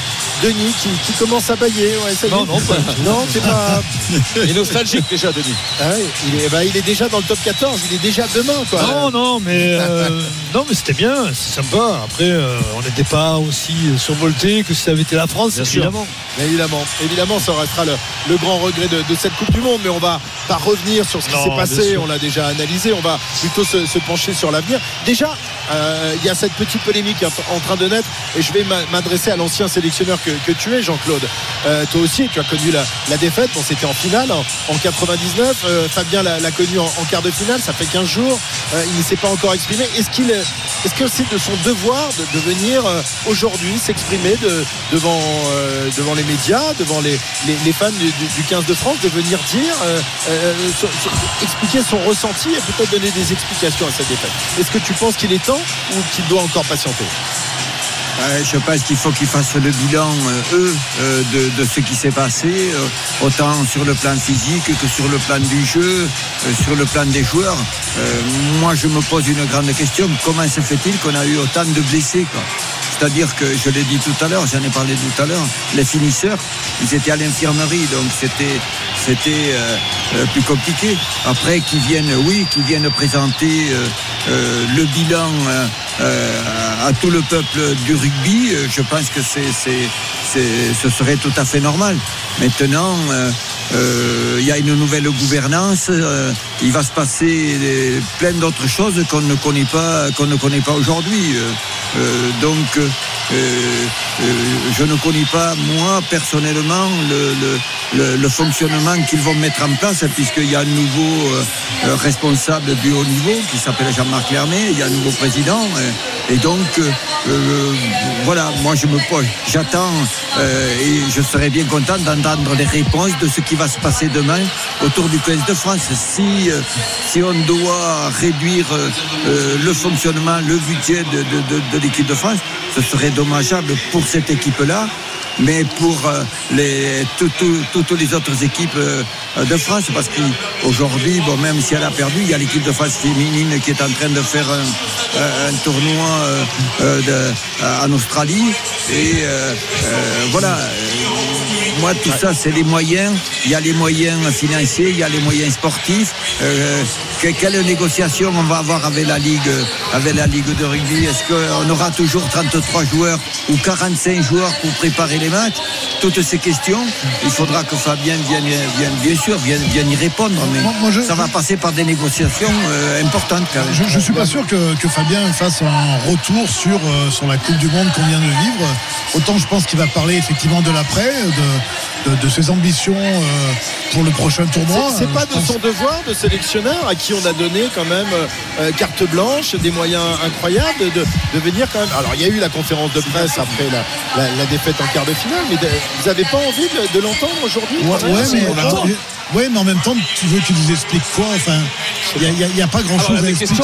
Denis qui commence à bailler. Ouais, ça y est. Non, pas du tout. Non, c'est pas. Il est nostalgique déjà, Denis. Ah oui, il est déjà dans le top 14. Il est déjà demain, quoi. Non, mais c'était bien, c'est sympa. Après, on n'était pas aussi survolté que si ça avait été la France, bien évidemment. Sûr. Évidemment, ça restera le grand regret de cette Coupe du Monde. Mais on va pas revenir sur ce qui s'est passé. On l'a déjà analysé. On va plutôt se pencher sur l'avenir. Déjà, il y a cette petite polémique en train de naître. Et je vais m'adresser à l'ancien sélectionneur que tu es, Jean-Claude. Toi aussi, tu as connu la défaite. Bon, c'était en finale en 99. Fabien l'a connu en quart de finale. Ça fait 15 jours. Il ne s'est pas encore exprimé. Est-ce que c'est de son devoir de venir aujourd'hui s'exprimer devant les médias, devant les fans du 15 de France, de venir dire, expliquer son ressenti et peut-être donner des explications à cette défaite? Est-ce que tu penses qu'il est temps ou qu'il doit encore patienter? Je pense qu'il faut qu'ils fassent le bilan, de ce qui s'est passé, autant sur le plan physique que sur le plan du jeu, sur le plan des joueurs. Moi, je me pose une grande question. Comment se fait-il qu'on a eu autant de blessés, quoi? C'est-à-dire que, je l'ai dit tout à l'heure, j'en ai parlé tout à l'heure, les finisseurs, ils étaient à l'infirmerie, donc c'était plus compliqué. Après, qu'ils viennent présenter le bilan à tout le peuple du rugby, je pense que ce serait tout à fait normal. Maintenant, il y a une nouvelle gouvernance, il va se passer plein d'autres choses qu'on ne connaît pas aujourd'hui. Donc je ne connais pas, moi personnellement, le fonctionnement qu'ils vont mettre en place, puisqu'il y a un nouveau responsable du haut niveau qui s'appelle Jean-Marc Lermet, il y a un nouveau président, et donc voilà, moi j'attends et je serais bien content d'entendre les réponses de ce qui va se passer demain autour du 15 de France. Si on doit réduire le fonctionnement, le budget de l'équipe de France, ce serait dommageable pour cette équipe-là, mais pour toutes les autres équipes de France, parce qu'aujourd'hui, même si elle a perdu, il y a l'équipe de France féminine qui est en train de faire un tournoi en Australie, et voilà. Moi, tout ça, c'est les moyens. Il y a les moyens financiers, il y a les moyens sportifs. Quelle négociation on va avoir avec la Ligue de rugby? Est-ce qu'on aura toujours 33 joueurs ou 45 joueurs pour préparer les matchs? Toutes ces questions, il faudra que Fabien vienne y répondre. Mais ça va passer par des négociations importantes quand même. Je ne suis pas sûr que Fabien fasse un retour sur la Coupe du Monde qu'on vient de vivre. Autant je pense qu'il va parler effectivement de l'après, de ses ambitions pour le prochain tournoi. C'est pas de son devoir de sélectionneur à qui on a donné quand même carte blanche, des moyens incroyables de venir quand même. Alors il y a eu la conférence de presse après la défaite en quart de finale, mais vous n'avez pas envie de l'entendre aujourd'hui? Ouais, mais en même temps, tu veux qu'il nous explique quoi? Enfin, il n'y a pas grand-chose à expliquer.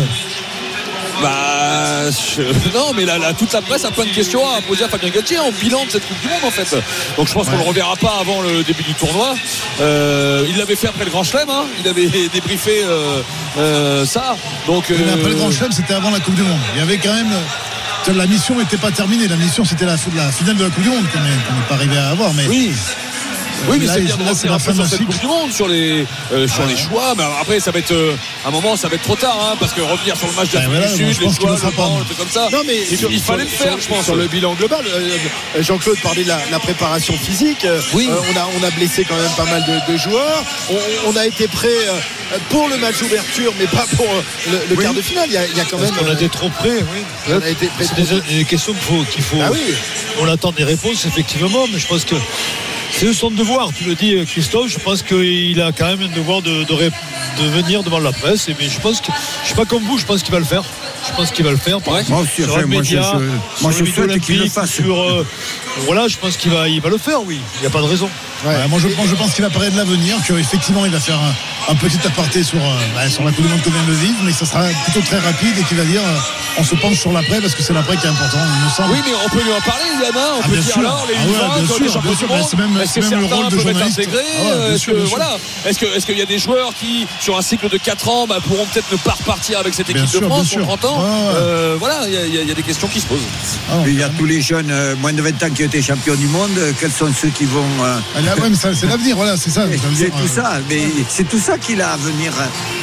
Non, mais toute la presse a plein de questions à poser à Fabien Galtier en bilan de cette Coupe du Monde, en fait. Donc je pense qu'on ne le reverra pas avant le début du tournoi. Il l'avait fait après le Grand Chelem, il avait débriefé ça. Donc, mais après le Grand Chelem, c'était avant la Coupe du Monde. Il y avait quand même. La mission n'était pas terminée. La mission, c'était la finale de la Coupe du Monde qu'on n'est pas arrivé à avoir. Mais oui, mais c'est bien de revenir un peu sur cette Coupe du Monde, sur les choix. Mais après, ça va être à un moment, ça va être trop tard, parce que revenir sur le match d'Afrique du Sud, les choix, le truc comme ça. Non, mais il fallait le faire, je pense. Sur le bilan global, Jean-Claude parlait de la préparation physique. Oui. On a blessé quand même pas mal de joueurs. On a été prêt pour le match d'ouverture, mais pas pour le quart de finale. Il y a quand même. On a été trop près. Oui. On a été prêt. C'est des questions qu'il faut. Ah oui. On attend des réponses effectivement, mais je pense que c'est son devoir, tu le dis Christophe. Je pense qu'il a quand même un devoir de venir devant la presse. Mais je pense que, je suis pas comme vous, je pense qu'il va le faire. Je pense qu'il va le faire. Ouais. Moi aussi, je souhaite qu'il le fasse. Voilà, je pense qu'il va le faire, oui. Il n'y a pas de raison. Ouais, moi je pense qu'il va parler de l'avenir, qu'effectivement il va faire un petit aparté sur la Coupe du Monde qu'on vient de vivre, mais ça sera plutôt très rapide et qu'il va dire on se penche sur l'après parce que c'est l'après qui est important, il me semble. Oui, mais on peut lui en parler, Yann, on peut dire alors les c'est même le rôle de journaliste. Est-ce qu'il y a des joueurs qui sur un cycle de 4 ans, pourront peut-être ne pas repartir avec cette équipe de France pour 30 ans. Voilà, il y a des questions qui se posent. Il y a tous les jeunes moins de 20 ans qui ont été champions du monde. Quels sont ceux qui vont mais c'est l'avenir, voilà, c'est ça. C'est tout ça, mais c'est tout ça qu'il a à venir.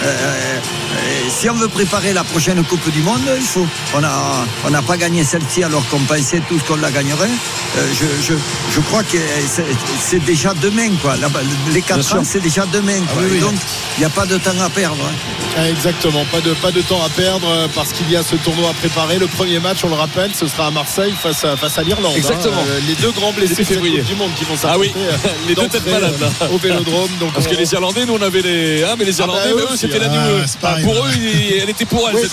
Si on veut préparer la prochaine Coupe du Monde, on n'a pas gagné celle-ci alors qu'on pensait tous qu'on la gagnerait. Je crois que c'est déjà demain, quoi. Les 4 ans, c'est déjà demain, quoi. Donc il n'y a pas de temps à perdre. Exactement, pas de temps à perdre parce qu'il y a ce tournoi à préparer. Le premier match, on le rappelle, ce sera à Marseille face à l'Irlande. Exactement. Les deux grands blessés de Coupe du Monde qui vont s'affronter. Les deux têtes malades là. Au Vélodrome. Donc parce que les Irlandais, nous on avait mais les Irlandais, eux, c'était la nuit. Pour eux, elle était pour elles.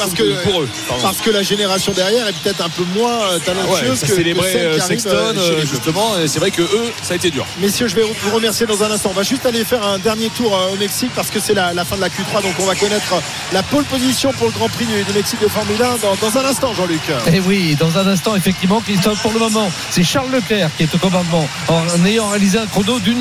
Parce que la génération derrière est peut-être un peu moins talentueuse que célébrer Sexton, justement. Et c'est vrai que eux, ça a été dur. Messieurs, je vais vous remercier dans un instant. On va juste aller faire un dernier tour au Mexique parce que c'est la fin de la Q3. Donc on va connaître la pole position pour le Grand Prix du Mexique de Formule 1 dans un instant, Jean-Luc. Et oui, dans un instant, effectivement, Christophe, pour le moment, c'est Charles Leclerc qui est au commandement en ayant réalisé un chrono d'une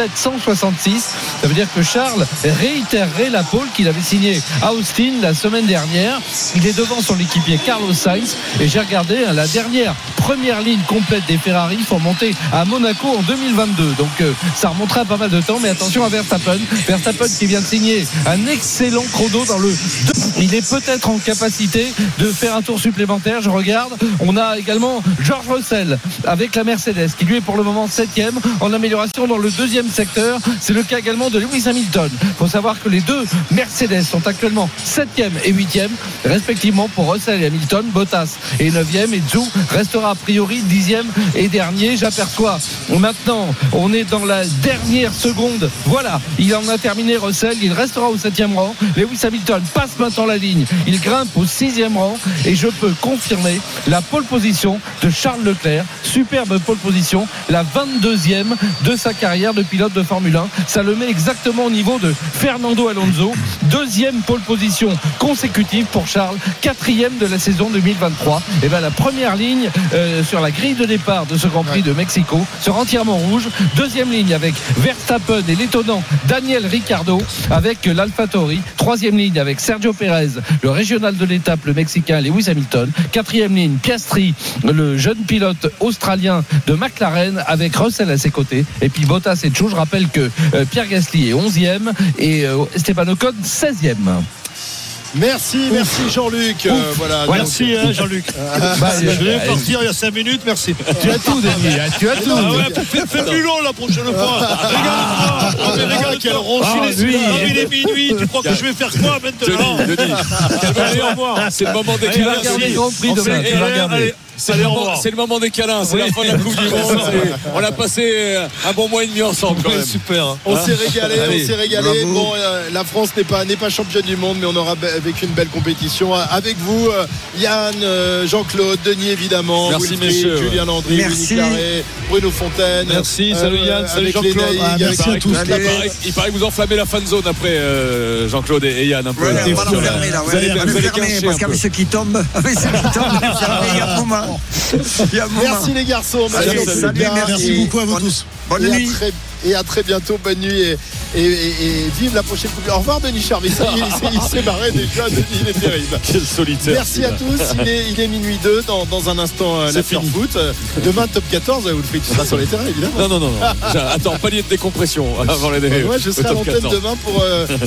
17,166. Ça veut dire que Charles réitérerait la pole qu'il avait signée à Austin la semaine dernière. Il est devant son équipier Carlos Sainz. Et j'ai regardé la dernière première ligne complète des Ferrari pour monter à Monaco en 2022. Donc ça remontera pas mal de temps. Mais attention à Verstappen qui vient de signer un excellent chrono dans le 2. Il est peut-être en capacité de faire un tour supplémentaire. Je regarde. On a également George Russell avec la Mercedes qui lui est pour le moment 7e en amélioration dans le 2e secteur. C'est le cas également de Lewis Hamilton. Il faut savoir que les deux Mercedes sont actuellement 7e et 8e respectivement pour Russell et Hamilton. Bottas est 9e et Zhou restera a priori 10e et dernier. J'aperçois maintenant, on est dans la dernière seconde. Voilà, il en a terminé Russell. Il restera au 7e rang. Lewis Hamilton passe maintenant la ligne. Il grimpe au 6e rang et je peux confirmer la pole position de Charles Leclerc. Superbe pole position, la 22e de sa carrière de pilote de Formule 1. Ça le met exactement au niveau de Fernando Alonso. 2e pole position consécutive pour Charles. 4e de la saison 2023. Et bien la première ligne sur la grille de départ de ce Grand Prix de Mexico sera entièrement rouge. 2e ligne avec Verstappen et l'étonnant Daniel Ricciardo avec l'AlphaTauri. 3e ligne avec Sergio Pérez, le régional de l'étape, le Mexicain Lewis Hamilton. 4e ligne Piastri, le jeune pilote australien de McLaren avec Russell à ses côtés. Et puis Bottas et Zhou. Je rappelle que Pierre Gasly est 11e et Esteban Ocon 16e. Merci Jean-Luc. Merci Jean-Luc. Je vais partir il y a 5 minutes, merci. Tu as tout, Denis. Tu as tout. Fais plus long la prochaine fois. Regarde quel rocher. Il est minuit. Tu crois que je vais faire quoi maintenant? Denis. Allez, au revoir. C'est le moment des câlins. Tu vas regarder le Grand Prix demain. Tu vas regarder. C'est le moment des câlins, c'est la fin de la Coupe du Monde. On a passé un bon mois et demi ensemble quand même. Super. On s'est régalé. Bon, la France n'est pas championne du monde, mais on aura vécu une belle compétition avec vous, Yann, Jean-Claude, Denis évidemment. Merci Wilfried, messieurs. Julien Landry, Denis Carré, Bruno Fontaine. Merci, salut Yann, salut Jean-Claude. Merci à tous. Il paraît que vous enflammez la fan zone après Jean-Claude et Yann un peu. On va le fermer là. Vous allez fermer parce qu'avec ceux qui tombent, il y a un moment. Merci les garçons. Merci beaucoup à vous tous. Bonne nuit. Et à très bientôt. Bonne nuit et vive la prochaine Coupe. Au revoir Denis Charvet. Il s'est barré déjà. Denis, il est terrible. Quel solitaire. Merci à tous. Il est minuit 2 dans un instant l'after foot. Demain top 14. Wilfried, tu seras sur les terrains évidemment. Non. Attends, palier de décompression avant les délais. Ouais, je serai à l'antenne demain pour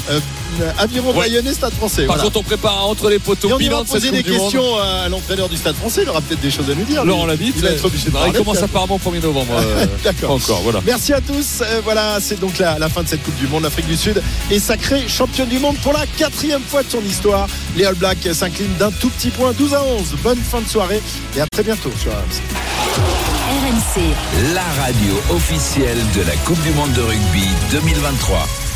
Aviron Bayonnais Stade Français. Par contre, on prépare entre les poteaux. Et on ira poser des questions à l'entraîneur du Stade Français. Il aura peut-être des choses à nous dire. Laurent Labitte. Il va être obligé de parler. Il commence apparemment au 1er novembre. D'accord. Encore, voilà. Merci à tous. Voilà, c'est donc la fin de cette Coupe du Monde. L'Afrique du Sud est sacrée championne du monde pour la 4e fois de son histoire. Les All Blacks s'inclinent d'un tout petit point, 12-11. Bonne fin de soirée et à très bientôt sur RMC. RMC, la radio officielle de la Coupe du Monde de rugby 2023.